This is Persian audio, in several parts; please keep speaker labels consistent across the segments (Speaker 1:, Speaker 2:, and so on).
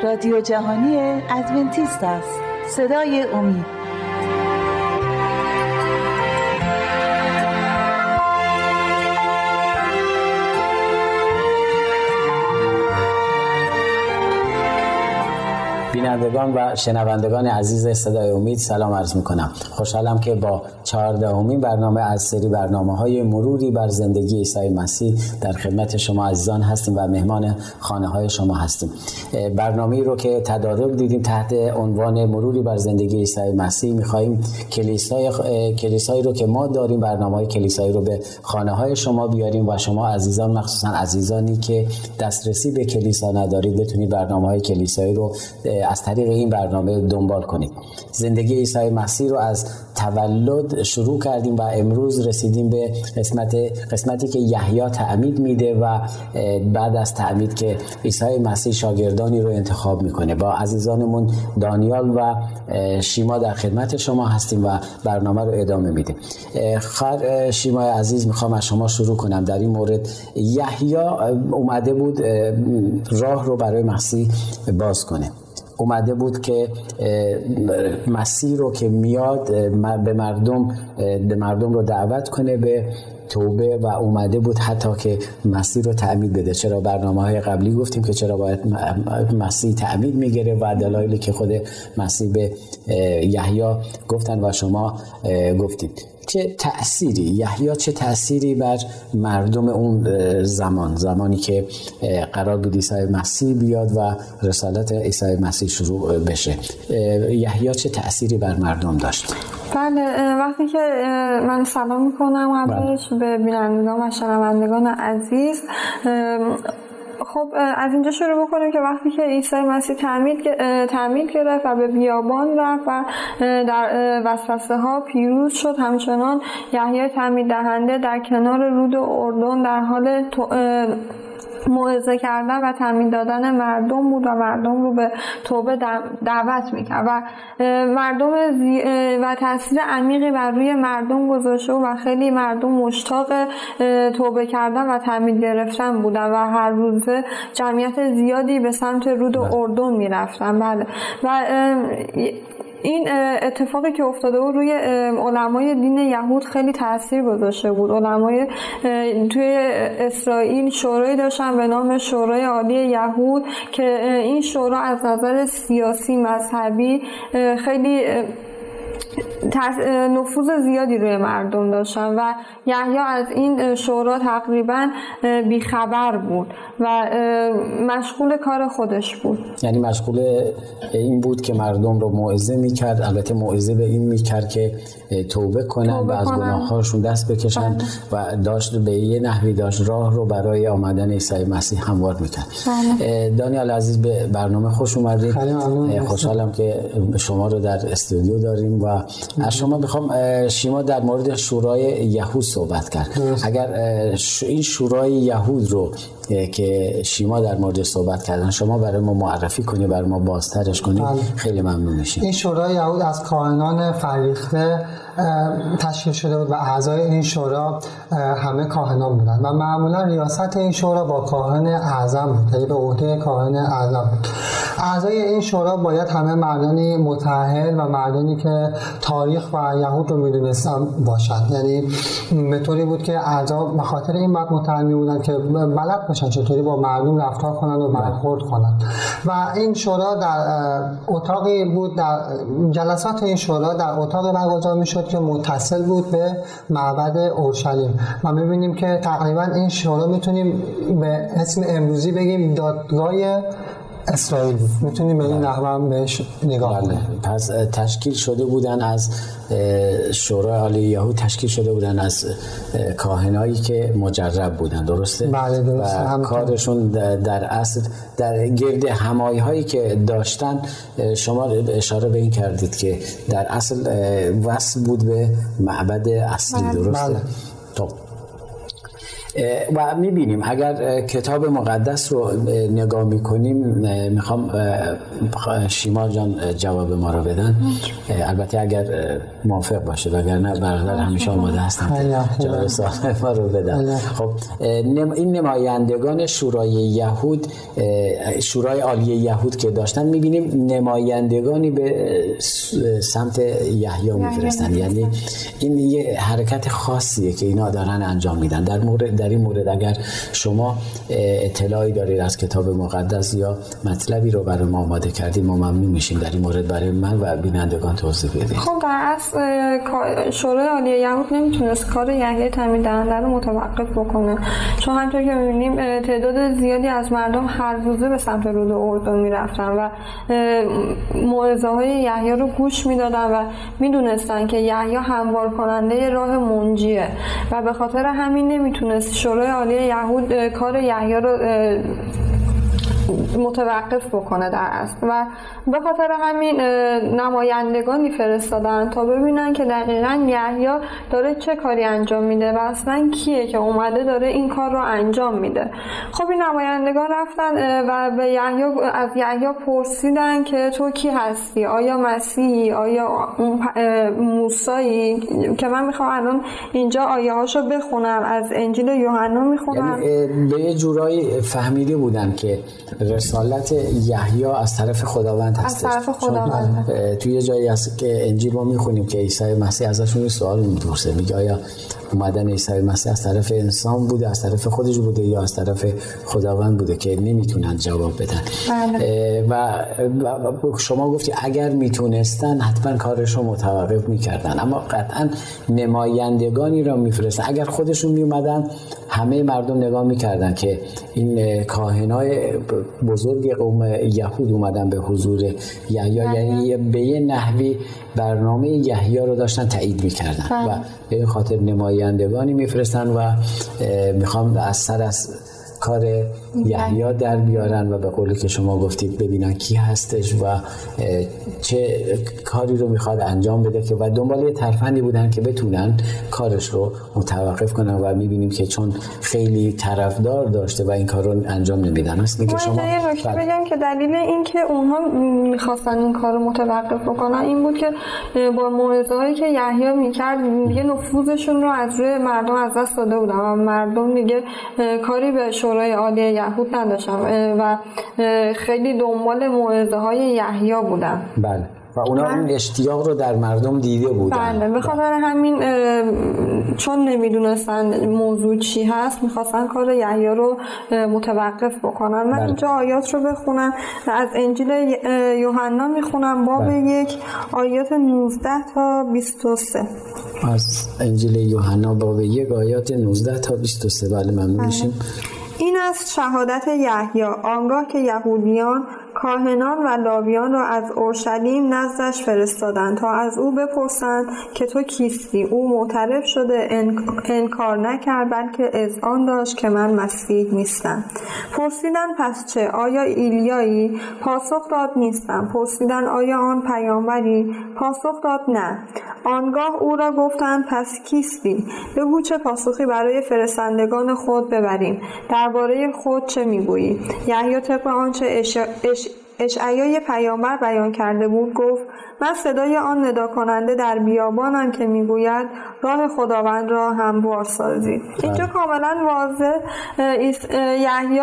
Speaker 1: رادیو جهانی ادونتیست است. صدای امید.
Speaker 2: بینندگان و شنوندگان عزیز صدای امید سلام عرض میکنم. خوشحالم که با 14مین برنامه از سری برنامه‌های مروری بر زندگی عیسی مسیح در خدمت شما عزیزان هستیم و مهمان خانه‌های شما هستیم. برنامه‌ای رو که تدارک دیدیم تحت عنوان مروری بر زندگی عیسی مسیح، می‌خوایم کلیسایی رو که ما داریم، برنامه‌های کلیسایی رو به خانه‌های شما بیاریم و شما عزیزان، مخصوصا عزیزانی که دسترسی به کلیسا ندارید، بتونید برنامه‌های کلیسایی رو از طریق این برنامه دنبال کنید. زندگی عیسی مسیح رو از تولد شروع کردیم و امروز رسیدیم به قسمتی که یحیی تعمید میده و بعد از تعمید که عیسی مسیح شاگردانی رو انتخاب میکنه. با عزیزانمون دانیال و شیما در خدمت شما هستیم و برنامه رو ادامه میدیم. شیمای عزیز، میخوام از شما شروع کنم. در این مورد یحیی اومده بود راه رو برای مسیح باز کنه، اومده بود که مسیح رو که میاد به مردم رو دعوت کنه به توبه و اومده بود حتی که مسیح رو تعمید بده. چرا برنامه‌های قبلی گفتیم که چرا باید مسیح تعمید میگیره و دلایلی که خود مسیح به یحیی گفتن و شما گفتید. یحیی چه تأثیری بر مردم اون زمانی که قرار بود عیسی مسیح بیاد و رسالت عیسی مسیح شروع بشه، یحیی چه تأثیری بر مردم داشت؟
Speaker 3: بله، وقتی که من سلام میکنم قبلش به بینندگان و شنوندگان عزیز. خب از اینجا شروع بکنیم که وقتی که عیسی مسیح تعمید گرفت و به بیابان رفت و در وسوسه ها پیروز شد، همچنان یحیی تعمید دهنده در کنار رود اردن در حال موعظه کردن و تعمید دادن مردم بود و مردم رو به توبه دعوت میکرد و مردم و تاثیر عمیقی بر روی مردم گذاشته و خیلی مردم مشتاق توبه کردن و تعمید گرفتن بودن و هر روزه جمعیت زیادی به سمت رود اردن میرفتن. بله، و این اتفاقی که افتاده بود روی علمای دین یهود خیلی تاثیر گذاشته بود. علمای توی اسرائیل شورایی داشتن به نام شورای عالی یهود که این شورا از نظر سیاسی مذهبی خیلی نفوذ زیادی روی مردم داشتن و یحیی از این شورا تقریبا بیخبر بود و مشغول کار خودش بود.
Speaker 2: یعنی مشغول این بود که مردم رو موعظه میکرد، البته موعظه به این میکرد که توبه کنن و از گناهاشون دست بکشن و داشت به یه نحوی داشت راه رو برای آمدن عیسی مسیح هموار میکرد. دانیال عزیز، به برنامه خوش اومدید. خوشحالم که شما رو در استودیو داریم و از شما میخوام شیما در مورد شورای یهود صحبت کرد. اگر این شورای یهود رو که شیما در مورد صحبت کردن شما برای ما معرفی کنی، برای ما بازترش کنی، خیلی ممنون میشیم.
Speaker 4: این شورای یهود از کاهنان فریخته تشکیل شده بود و اعضای این شورا همه کاهنان بودند و معمولا ریاست این شورا با کاهن اعظم بود، یعنی به عهده کاهن اعظم بود. اعضای این شورا باید همه مردانی متأهل و مردانی که تاریخ و یهود رو میدونستن باشند. یعنی به طوری بود که اعضا به خاطر این باید متأهل بودند که بلد باشن چطوری با مردم رفتار کنند و برخورد کنند. و این شورا در اتاقی بود، در جلسات این شورا در اتاق برگزار میشد که متصل بود به معبد اورشلیم و می‌بینیم که تقریبا این شورا میتونیم به اسم امروزی بگیم دادگاه اسرائیل بود. میتونیم به این نحوه هم بهش نگاه کنیم.
Speaker 2: پس تشکیل شده بودن از شورای عالی یهود، تشکیل شده بودن از کاهنایی که مجرب بودن، درسته؟
Speaker 4: بله درسته.
Speaker 2: و کارشون در اصل در گرد همایی هایی که داشتن، شما اشاره به این کردید که در اصل وصل بود به معبد اصلی. درسته؟
Speaker 4: بله.
Speaker 2: طب و میبینیم اگر کتاب مقدس رو نگاه میکنیم، میخوام شیما جان جواب ما رو بدن، البته اگر موافق باشه، وگرنه برادر همیشه آماده هستن جواب سوال ما رو بدن. خب این نمایندگان شورای یهود، شورای عالی یهود که داشتن، میبینیم نمایندگانی به سمت یحیی میفرستن. یعنی این یه حرکت خاصیه که اینا دارن انجام میدن. در این مورد اگر شما اطلاعی دارید از کتاب مقدس یا مطلبی رو برای ما آماده کردید، ما ممنون میشیم در این مورد برای من و بینندگان توضیح بدید.
Speaker 3: خب در اصل شورای عالی یهود نمیتونست کار یحیی تعمید دهنده رو متوقف بکنه، چون همونطور که میبینیم تعداد زیادی از مردم هر روزه به سمت رود اردن میرفتن و موعظه های یحیی رو گوش میدادن و میدونستن که یحیی هموار کننده راه منجیه و به خاطر همین نمیتونست شورای عالی یهود کار یحیی رو متوقف بکنه در اصل و به خاطر همین نمایندگانی فرستادن تا ببینن که دقیقاً یحیی داره چه کاری انجام میده و اصلا کیه که اومده داره این کار رو انجام میده. خب این نمایندگان رفتن و به یحیی از یحیی پرسیدن که تو کی هستی؟ آیا مسیحی؟ آیا موسایی؟ که من میخوام الان اینجا آیه هاشو بخونم، از انجیل یوحنا میخونم.
Speaker 2: یعنی به یه جورایی فهمیده بودن که رسالت یحیی از طرف خداوند هستش.
Speaker 3: از طرف خداوند.
Speaker 2: توی یه جایی هست که انجیل ما میخونیم که عیسی مسیح ازشون یه سوال میپرسه، میگه آیا اومدن عیسی مسیح از طرف انسان بوده، از طرف خودش بوده یا از طرف خداوند بوده، که نمیتونن جواب بدن. و شما گفتی اگر میتونستن حتما کارشو متوقف میکردن، اما قطعا نمایندگانی را میفرستن. اگر خودشون میومدن همه مردم نگاه میکردن که این کاهنای بزرگ قوم یهود اومدن به حضور یحیی، یعنی به یه نحوی برنامه یحیی رو داشتن تایید میکردن و به این خاطر نمایندگانی میفرستن و میخوام از سر از کار یحیی در بیارن و به قولی که شما گفتید ببینن کی هستش و چه کاری رو میخواد انجام بده، که و دنبال یه ترفندی بودن که بتونن کارش رو متوقف کنن و میبینیم که چون خیلی طرفدار داشته و این کار رو انجام نمیدن. اصلا که شما
Speaker 3: یه نکته بگم که دلیل این که اونها میخواستن این کار رو متوقف بکنن این بود که با موعظه‌هایی که یحیی میکرد یه نفوذشون رو از روی مردم از دست داده بودن و مردم دیگه کاری به شورای عالی یهود نداشتن و خیلی دنبال موعظه‌های یحیی بودن.
Speaker 2: بله، و اونا اون اشتیاق رو در مردم دیده بودن.
Speaker 3: بله، به خاطر همین چون نمیدونستن موضوع چی هست میخواستن کار یحیی رو متوقف بکنن. من اینجا آیات رو بخونم و از انجیل یوحنا میخونم باب 1 آیات 19 تا 23.
Speaker 2: از انجیل یوحنا باب 1 آیات 19 تا 23. بله، ممنون میشیم.
Speaker 3: این است شهادت یحیی آنگاه که یهودیان کاهنان و لاویان را از اورشلیم نزدش فرستادند تا از او بپرسند که تو کیستی. او معترف شده انکار نکرد بلکه اذعان داشت که من مسیح نیستم. پرسیدند پس چه؟ آیا ایلیایی؟ پاسخ داد نیستم. پرسیدند آیا آن پیامبری؟ پاسخ داد نه. آنگاه او را گفتند پس کیستی؟ بگو چه پاسخی برای فرستندگان خود ببریم. درباره خود چه میگویی؟ یحیی طبق آنچه اشعیا پیامبر بیان کرده بود گفت من صدای آن ندا کننده در بیابانم که میگوید راه خداوند را هموار سازید. اینجا کاملا واضح یحیی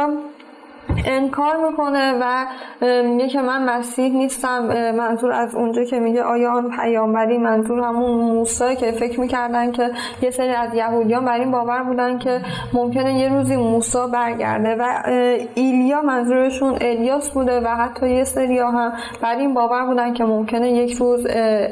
Speaker 3: انکار میکنه و میگه که من مسیح نیستم. منظور از اونجا که میگه آیا آن پیامبری، منظور همون موسی که فکر میکردن که یه سری از یهودیان بر این باور بودن که ممکنه یه روزی موسی برگرده و ایلیا منظورشون الیاس بوده و حتی یه سری هم بر این باور بودن که ممکنه یک روز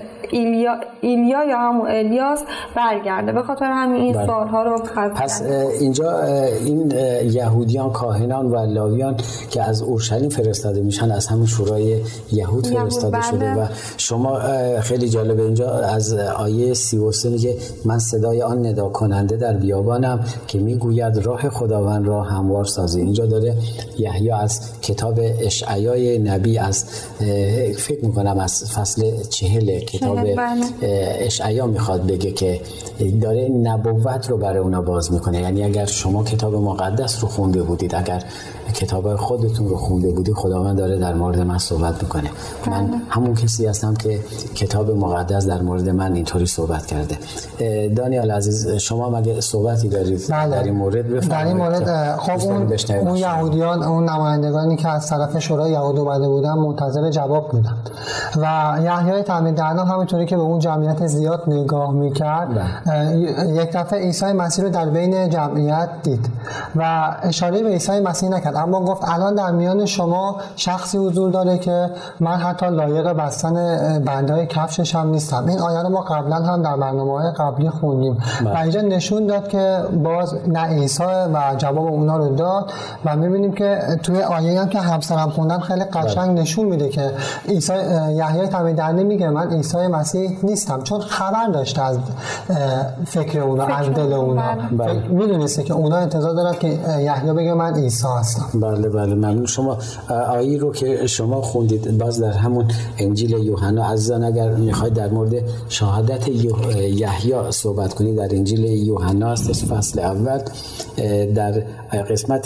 Speaker 3: ایلیا یا همون الیاس برگرده. به خاطر همین این سوالها رو
Speaker 2: پس اینجا این یهودیان کاهنان و لاویان پیامیان که از اورشلیم فرستاده میشن از همون شورای یهود فرستاده شده. و شما خیلی جالبه اینجا از آیه 33 میگه من صدای آن ندا کننده در بیابانم که میگوید راه خداوند را هموار سازید. اینجا داره یحیی از کتاب اشعیای نبی از فکر میکنم از فصل 40 کتاب اشعیا میخواد بگه که داره نبوت رو برای اونا باز میکنه. یعنی اگر شما کتاب مقدس رو خونده بودید، اگر کتاب خودتون رو خونده بودید، خداوند داره در مورد من صحبت میکنه. من همون کسی هستم که کتاب مقدس در مورد من اینطوری صحبت کرده. دانیال عزیز شما مگه صحبتی دارید در این مورد؟ بفرمایید.
Speaker 4: در این مورد خب اون یهودیان، اون نمایندگانی که از طرف شورای یهود اومده بودن منتظر جواب بودن و یحیی تعمید دهنده همونطوری که به اون جمعیت زیاد نگاه میکرد یک دفعه عیسی مسیح رو در بین جمعیت دید و اشاره به عیسی مسیح نکرد، اما گفت الان در میان شما شخصی حضور داره که من حتی لایق بستن بندهای کفشش هم نیستم. این آیه رو ما قبلا هم در برنامه‌های قبلی خوندیم و اینجا نشون داد که باز نه عیسی و جواب اونا رو داد و می‌بینیم که توی آیه هم که همسرم خوندن خیلی قشنگ نشون میده که عیسی یحیی تعمید دهنده میگه من عیسی مسیح نیستم، چون خبر داشته از فکر اونا، از دل اونا. میدونسته که اونا انتظار دارن که یحیی بگه من عیسی هستم.
Speaker 2: بله ممنون. شما آیه رو که شما خوندید باز در همون انجیل یوحنا عزیزان اگر میخواید در مورد شهادت یحیی صحبت کنید در انجیل یوحنا است فصل اول در قسمت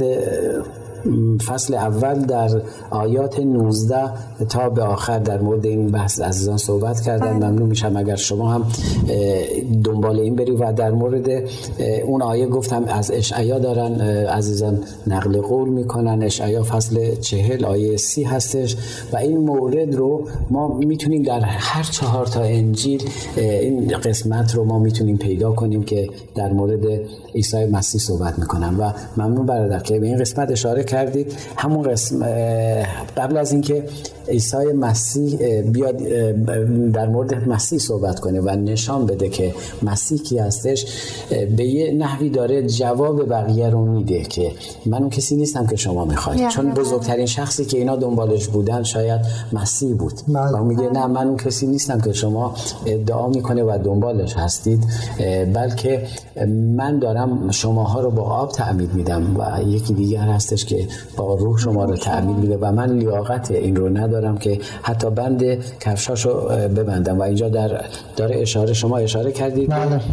Speaker 2: فصل اول در آیات 19 تا به آخر در مورد این بحث عزیزان صحبت کردن. ممنون میشم اگر شما هم دنبال این برید. و در مورد اون آیه گفتم از اشعیا دارن عزیزان نقل قول میکنن. اشعیا فصل 40 آیه 30 هستش و این مورد رو ما میتونیم در هر 4 تا انجیل این قسمت رو ما میتونیم پیدا کنیم که در مورد عیسی مسیح صحبت میکنن. و ممنون برادر که به این قسمت اشاره کردید. همون قسم قبل از اینکه عیسی مسیح بیاد در مورد مسیح صحبت کنه و نشان بده که مسیح کی هستش، به یه نحوی داره جواب بقیه رو میده که من اون کسی نیستم که شما میخواید، چون بزرگترین شخصی که اینا دنبالش بودن شاید مسیح بود و میگه نه من اون کسی نیستم که شما ادعا میکنه و دنبالش هستید، بلکه من دارم شماها رو با آب تعمید میدم و یکی دیگر هستش که با روح شما رو تعمید میده و من لیاقت این رو ندارم که حتی بند کفشاشو ببندم. و اینجا داره اشاره، شما اشاره کردید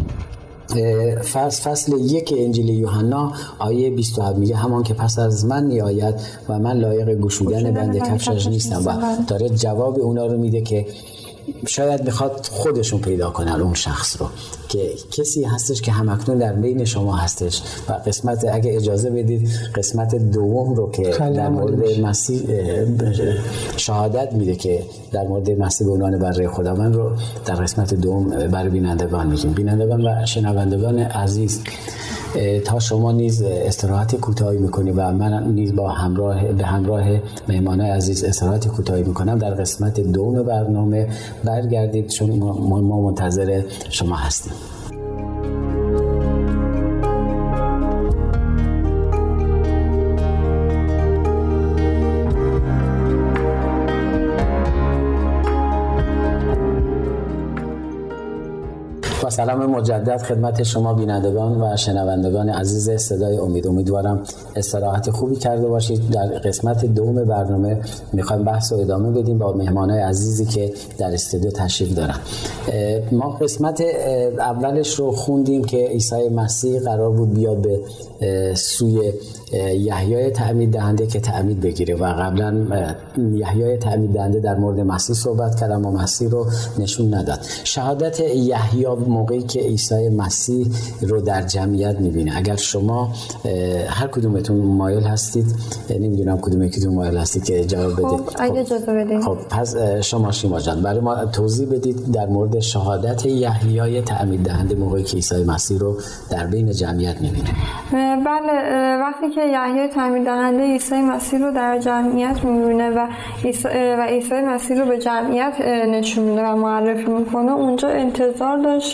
Speaker 2: فصل 1 انجیل یوحنا آیه 27 میگه همان که پس از من میآید و من لایق گشودن بند کفشش نیستم و داره جواب اونا رو میده که شاید میخواد خودشون پیدا کنن اون شخص رو که کسی هستش که همکنون در بین شما هستش. و قسمت اگه اجازه بدید قسمت دوم رو که در مورد مسیح شهادت میده که در مورد مسیح به عنوان بره خداوند رو در قسمت دوم برای بینندگان میگیم. بینندگان و شنوندگان عزیز، تا شما نیز استراحت کوتاهی میکنی و من نیز به همراه مهمانای عزیز استراحت کوتاهی میکنم. در قسمت دوم برنامه برگردید چون ما منتظر شما هستیم. با سلام مجدد خدمت شما بینندگان و شنوندگان عزیز صدای امید. امیدوارم استراحت خوبی کرده باشید. در قسمت دوم برنامه میخوایم بحث رو ادامه بدیم با مهمانای عزیزی که در استودیو تشریف دارن. ما قسمت اولش رو خوندیم که عیسی مسیح قرار بود بیاد به سوی یحیی تعمید دهنده که تعمید بگیره و قبلا یحیی تعمید دهنده در مورد مسیح صحبت کرد اما مسیح رو نشون نداد. شهادت یحیی موقعی که عیسی مسیح رو در جمعیت میبینه. اگر شما هر کدومتون مایل هستید، نمیدونم کدوم یکیتون مایل هستید که جواب بدید.
Speaker 3: اگه اجازه بدید.
Speaker 2: خب پس شیما جان برای ما توضیح بدید در مورد شهادت یحیی تعمید دهنده موقعی که عیسی مسیح رو در بین جمعیت میبینه.
Speaker 3: بله، وقتی که یحیی تعمید دهنده عیسی مسیح رو در جمعیت میبینه و عیسی مسیح رو به جمعیت نشون میده و معرفی میکنه، اونجا انتظار داشت که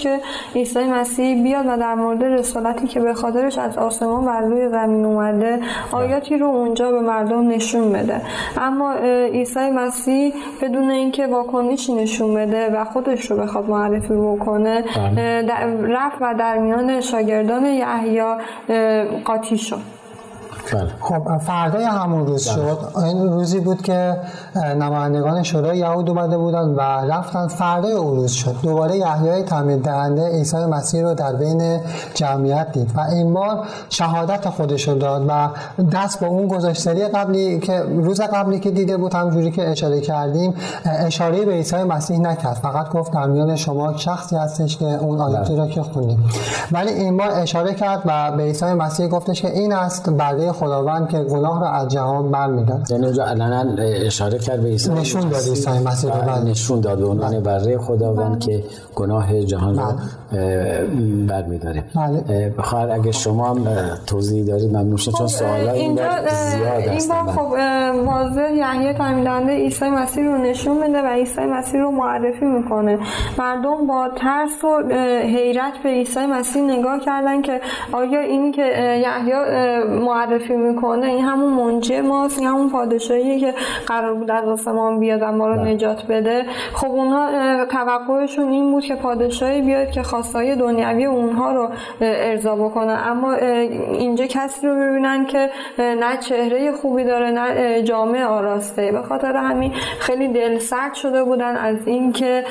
Speaker 3: که عیسی مسیح بیاد و در مورد رسالتی که به خاطرش از آسمان بر روی زمین اومده آیاتی رو اونجا به مردم نشون بده. اما عیسی مسیح بدون اینکه واکنشی نشون بده و خودش رو بخواد معرفی بکنه رفت و در میان شاگردان یحیی قاطی شد.
Speaker 4: خب فردای همون روز شد. این روزی بود که نمایندگان شورای یهود اومده بودن و رفتن. فردای اون روز شد دوباره یحیی تعمید دهنده عیسی مسیح رو در بین جمعیت دید و این بار شهادت خودش رو داد و دست با اون گذاشت. سری قبلی که روز قبلی که دیده بود همونجوری که اشاره کردیم اشاره به عیسی مسیح نکرد، فقط گفت در میان شما شخصی هستش که اون آیاتی رو که خوندیم. ولی این بار اشاره کرد و به عیسی مسیح گفتش که این است برای خداوند که گناه را از جهان برمی‌دارد.
Speaker 2: یعنی اونجا علنا اشاره کرد به عیسی،
Speaker 4: نشون داد عیسی مسیح رو،
Speaker 2: نشون داد به عنوان برای خداوند که گناه جهان رو برمی‌داره. بخاطر اگه شما هم توضیح دارید ممنون می‌شم، چون سوالای این زیاد هست.
Speaker 3: این خب واضح یحیی تعمیدنده عیسی مسیح رو نشون میده و عیسی مسیح رو معرفی میکنه. مردم با ترس و حیرت به عیسی مسیح نگاه کردن که آیا اینی که یحیی معرفی میکنه این همون منجی ماست، این همون پادشاهیه که قرار بود از آسمان بیاد و ما رو نجات بده. خب اونها توقعشون این بود که پادشاهی بیاد که خواستهای دنیوی اونها رو ارضا بکنه، اما اینجا کسی رو ببینن که نه چهره خوبی داره نه جامه آراسته. به خاطر همین خیلی دلسرد شده بودن از این که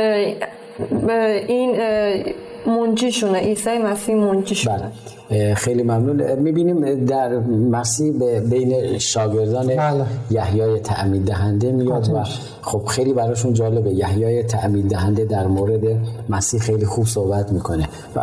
Speaker 3: این منجیشونه، عیسی مسیح منجیشونه.
Speaker 2: خیلی ممنون. میبینیم در مسیح بین شاگردان یحیی تعمید دهنده میاد و خب خیلی براشون جالبه. یحیی تعمید دهنده در مورد مسیح خیلی خوب صحبت میکنه و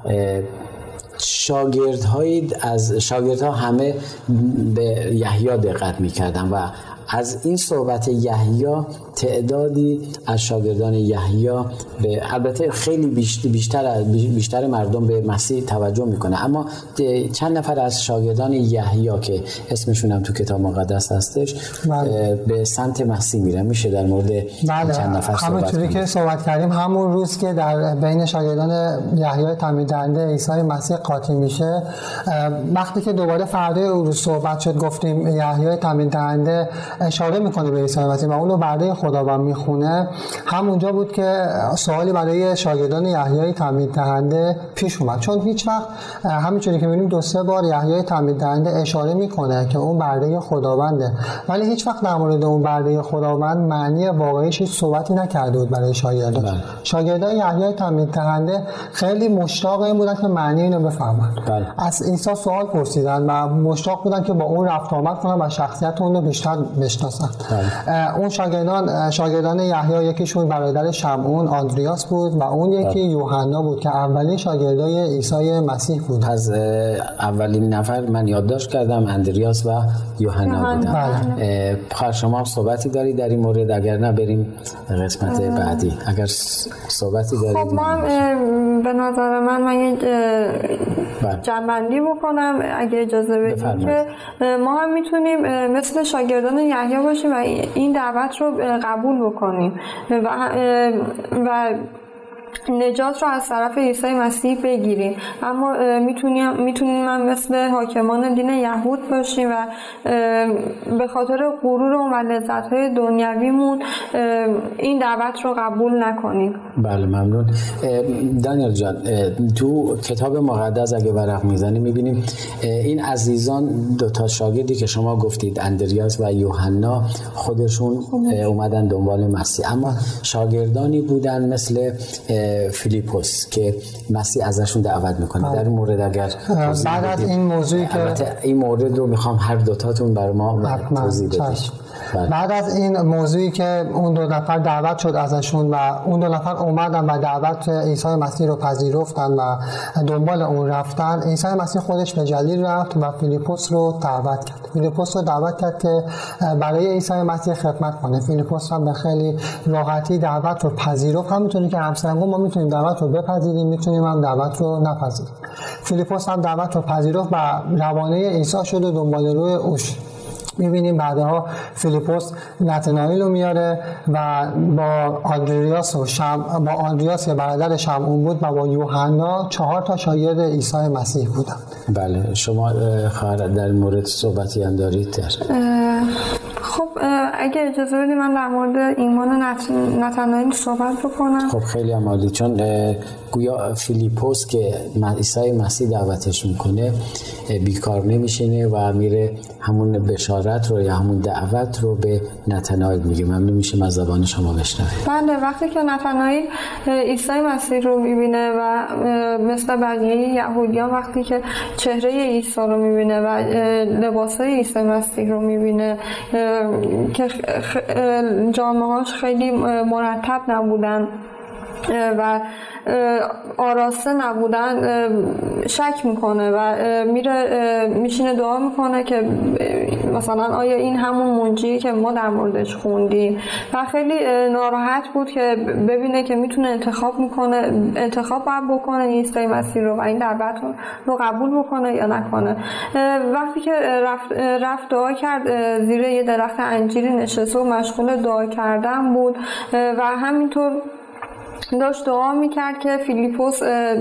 Speaker 2: شاگردها همه به یحیی دقت میکردن و از این صحبت یحیی تعدادی از شاگردان یحیی البته خیلی بیشتر مردم به مسیح توجه میکنه، اما چند نفر از شاگردان یحیی که اسمشون هم تو کتاب مقدس هستش به سمت مسیح میرن. میشه در مورد چند نفر صحبت
Speaker 4: همونطوری که صحبت کردیم همون روز که در بین شاگردان یحیی تعمید دهنده عیسی مسیح قاطی میشه، وقتی که دوباره فردای اون روز صحبت شد گفتیم یحیی تعمید دهنده اشاره میکنه به عیسی مسیح و اونو برای خداوند میخونه. همونجا بود که سوالی برای شاگردان یحیی تعمید دهنده پیش اومد، چون هیچ وقت همینجوری که میبینیم 2-3 بار یحیی تعمید دهنده اشاره میکنه که اون برای خداونده، ولی هیچ وقت در مورد اون برای خداوند معنی واقعیش هیچ صحبتی نکرده بود برای شاگردان. شاگردان یحیی تعمید دهنده خیلی مشتاق این بودن که معنی اینو بفهمن. از عیسی سوال پرسیدن و مشتاق بودن که با اون رفت آمد کنن و شخصیت اون رو بیشتر بشناسن. اون شاگردان یحیی یکیشون برادر شمعون آندریاس بود و اون یکی یوحنا بود که اولین شاگردای عیسی مسیح بود.
Speaker 2: از اولین نفر من یادداشت کردم اندریاس و یوحنا بودن. بخاطر شما هم صحبتی دارید در این مورد؟ اگر نه بریم قسمت بعدی. اگر صحبتی دارید.
Speaker 3: خب من به نظر من یک جنبندی بکنم اگه اجازه بدید که ما هم میتونیم مثل شاگردان یحیی باشیم و این دعوت رو قبول بکنیم و نجات رو از طرف عیسی مسیح بگیریم، اما میتونیم مثل حاکمان دین یهود باشیم و به خاطر غرور و لذت‌های دنیویمون این دعوت رو قبول نکنیم.
Speaker 2: بله ممنون. دانیال جان، تو کتاب مقدس اگه ورق میزنی میبینیم این عزیزان 2 شاگردی که شما گفتید اندریاس و یوحنا خودشون اومدن دنبال مسیح، اما شاگردانی بودن مثل فیلیپوس که مسیح ازشون دعوت میکنه. در این مورد اگر
Speaker 4: بعد از این موضوعی که
Speaker 2: این مورد رو میخوام هر دوتاتون برای ما توضیح بدید.
Speaker 4: بعد از این موضوعی که اون 2 نفر دعوت شد ازشون و اون 2 نفر اومدن و دعوت عیسی مسیح رو پذیرفتن و دنبال اون رفتن، عیسی مسیح خودش به جلیل رفت و فیلیپوس رو دعوت کرد. فیلیپوس رو دعوت کرد که برای عیسی مسیح خدمت کنه. فیلیپوس هم به خیلی راحتی دعوت رو پذیرفت. همونطوری که همسرم گفت ما میتونیم دعوت رو بپذیریم، میتونیم هم دعوت رو نپذیریم. فیلیپوس هم دعوت رو پذیرفت و روانه عیسی شد و دنبال روی اوش. می‌بینیم بعدها فیلیپوس نتانائیل رو میاره و با آندریاس که برادر شمعون بود و با یوحنا 4 تا شاگرد عیسی مسیح بودن.
Speaker 2: بله، شما در مورد صحبتی هم دارید؟
Speaker 3: خب اگه اجازه بدید من در مورد ایمان نتانائیل صحبت بکنم.
Speaker 2: خب خیلی عالی، چون گویا فیلیپوس که عیسی مسیح دعوتش میکنه بیکار نمیشینه و میره همون بشارت رو یا همون دعوت رو به نتانائیل میگه. ممنون میشه از زبان شما بشنویم.
Speaker 3: بله، وقتی که نتانائیل عیسی مسیح رو میبینه و مثل بقیه یهودیان وقتی که چهره عیسی رو میبینه و لباسای عیسی مسیح رو میبینه که جامه‌هاش خیلی مرتب نبودن و آراسته نبودن، شک میکنه و میره میشینه دعا میکنه که مثلا آیا این همون منجیه که ما در موردش خوندیم، و خیلی ناراحت بود که ببینه که میتونه انتخاب باید بکنه عیسی مسیح رو و این دعوت رو قبول بکنه یا نکنه. وقتی که رفت دعا کرد، زیر یه درخت انجیری نشسته و مشغول دعا کردن بود و همینطور داشت دعا میکرد که فیلیپوس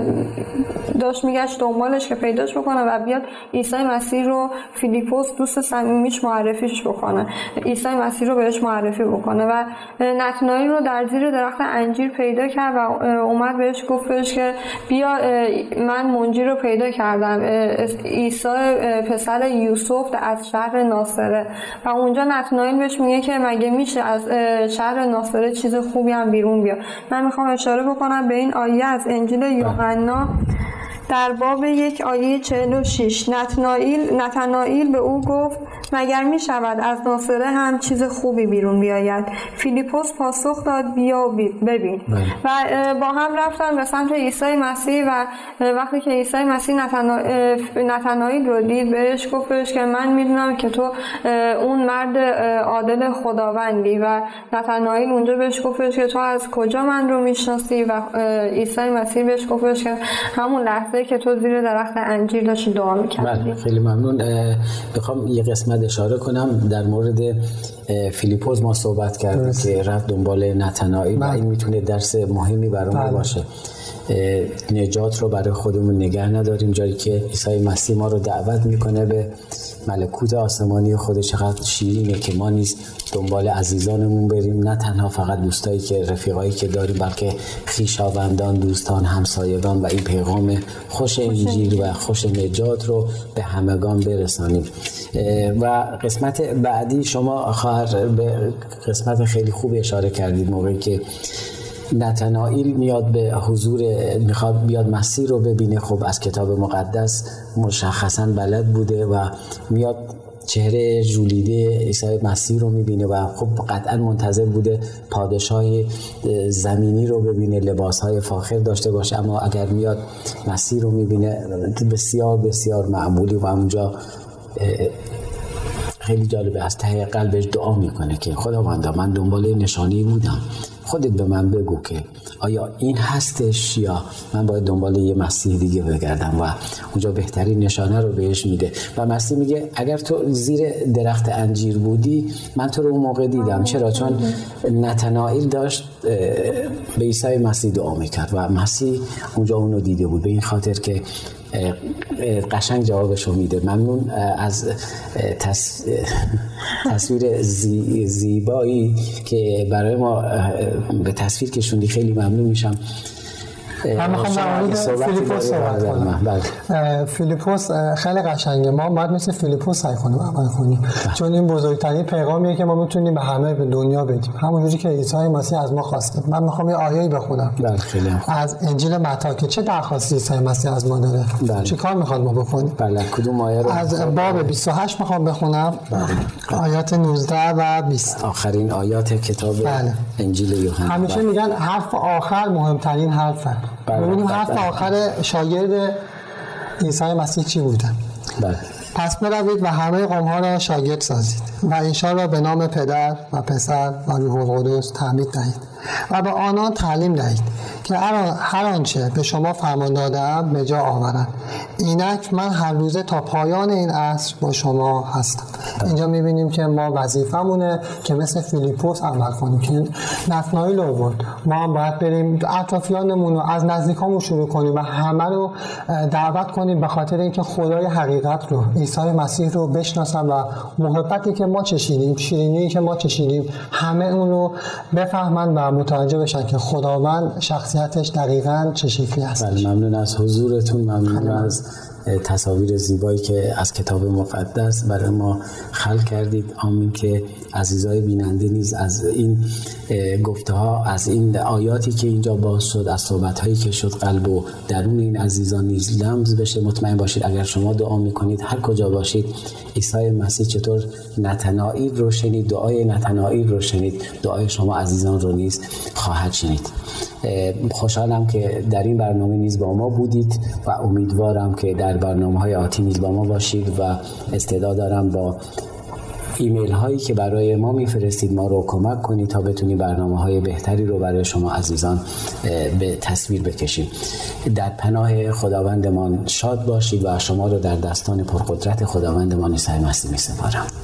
Speaker 3: داشت میگشت دنبالش که پیداش بکنه و بیاد عیسی مسیح رو فیلیپوس دوست صمیمیش معرفیش بکنه، عیسی مسیح رو بهش معرفی بکنه و نتانائیل رو در زیر درخت انجیر پیدا کرد و اومد بهش گفتش که بیا من منجی رو پیدا کردم، عیسی پسر یوسف از شهر ناصره. و اونجا نتانائیل بهش میگه که مگه میشه از شهر ناصره چیز خوبی هم بیرون بیاد. من میخوام اشاره بکنم به این آیه از انجیل یوحنا در باب 1 آیه 46. نتانائیل به او گفت مگر می شود از ناصره هم چیز خوبی بیرون بیاید؟ فیلیپوس پاسخ داد بیا و ببین. و با هم رفتن به سمت عیسی مسیح و وقتی که عیسی مسیح نتانائیل رو دید بهش گفتش که من میدونم که تو اون مرد عادل خداوندی و نتانائیل اونجا بهش گفتش که تو از کجا من رو میشناسی و عیسی مسیح بهش گفتش که همون لحظه که تو زیر درخت انجیر داشتی دعا می‌کردی.
Speaker 2: بله، خیلی ممنون. بخوام یه قسمت اشاره کنم در مورد فیلیپوس. ما صحبت کردیم که رفت دنبال نتانائیل و این میتونه درس مهمی برامون باشه. نجات رو برای خودمون نگه نداریم، جایی که عیسی مسیح ما رو دعوت میکنه به ملکوت آسمانی خودش. چقدر شیرینه که ما نیز دنبال عزیزانمون بریم، نه تنها فقط دوستایی که رفیقایی که داریم، بلکه خویشاوندان، دوستان، همسایگان و این پیغام خوش انجیل و خوش نجات رو به همگان برسانیم. و قسمت بعدی شما خواهر به قسمت خیلی خوب اشاره کردید، موقعی که نتانائیل میاد به حضور، میخواد بیاد مسیح رو ببینه. خب از کتاب مقدس مشخصاً بلد بوده و میاد چهره ژولیده عیسی مسیح رو میبینه و خب قطعاً منتظر بوده پادشاه زمینی رو ببینه، لباسهای فاخر داشته باشه. اما اگر میاد مسیح رو میبینه بسیار بسیار معمولی و اونجا خیلی جالبه از ته قلبش دعا میکنه که خداوندا من دنبال نشانی بودم، خودت به من بگو که آیا این هستش یا من باید دنبال یه مسیح دیگه بگردم و اونجا بهترین نشانه رو بهش میده و مسیح میگه اگر تو زیر درخت انجیر بودی من تو رو اون موقع دیدم. چرا؟ چون نتانائیل داشت به عیسی مسیح دعا میکرد و مسیح اونجا اونو دیده بود. به این خاطر که قشنگ جوابشو میده. ممنون از تصویر زیبایی که برای ما به تصویر کشوندی، خیلی ممنون میشم.
Speaker 4: من میخوام در مورد فیلیپوس صحبت کنم. فیلیپوس خیلی قشنگه، ما باید مثل فیلیپوس سعی کنیم عمل کنیم، چون این بزرگترین پیغامیه که ما میتونیم به همه به دنیا بدیم، همونجوری که عیسی مسیح از ما خواسته. من میخوام یه آیه‌ای بخونم از انجیل متی که چه درخواستی عیسی مسیح از ما داره، چه کار میخواد ما بکنیم.
Speaker 2: بله، کدوم آیه رو؟
Speaker 4: از باب 28 میخوام بخونم، آیات 19 و 20،
Speaker 2: آخرین آیات کتاب انجیل یوحنا.
Speaker 4: همیشه میگن حرف آخر مهمترین حرفه. ببینیم حرف آخر شاگرد عیسی مسیح چی بوده. پس بروید و همه قوم‌ها را شاگرد سازید و انشا را به نام پدر و پسر و روح القدس تعمید دهید و به آنان تعلیم دهید که هر آنچه به شما فرمان داده‌ام به جا آورند. اینک من هر روزه تا پایان این عصر با شما هستم. اینجا می‌بینیم که ما وظیفه‌مونه که مثل فیلیپوس عمل کنیم که نتنائیل رو آورد. ما هم باید بریم اطرافیانمون رو از نزدیکامون شروع کنیم و همه رو دعوت کنیم به خاطر اینکه خدای حقیقت رو، عیسی مسیح رو بشناسن و محبتی که ما چشیدیم، شیرینی که ما چشیدیم، همه اون رو بفهمن و متوجه بشن که خداوند شخصیتش دقیقاً چه شکلی است.
Speaker 2: بله، ممنون از حضورتون، ممنون از تصاویر زیبایی که از کتاب مقدس برای ما خلق کردید. آمین که عزیزای بیننده نیز از این گفته ها، از این آیاتی که اینجا باز شد، از صحبت هایی که شد، قلب و درون این عزیزان نیز لمس بشه. مطمئن باشید اگر شما دعا میکنید، هر کجا باشید، عیسی مسیح چطور نتنائیل رو شنید، دعای نتنائیل رو شنید، دعای شما عزیزان رو نیز خواهد شنید. خوشحالم که در این برنامه نیز با ما بودید و امیدوارم که در برنامه‌های آتی نیز با ما باشید و استعداد دارم با ایمیل هایی که برای ما میفرستید ما رو کمک کنید تا بتونید برنامه‌های بهتری رو برای شما عزیزان به تصویر بکشیم. در پناه خداوندمان شاد باشید و شما رو در دستان پرقدرت خداوندمان عیسی مسیح می‌سپارم.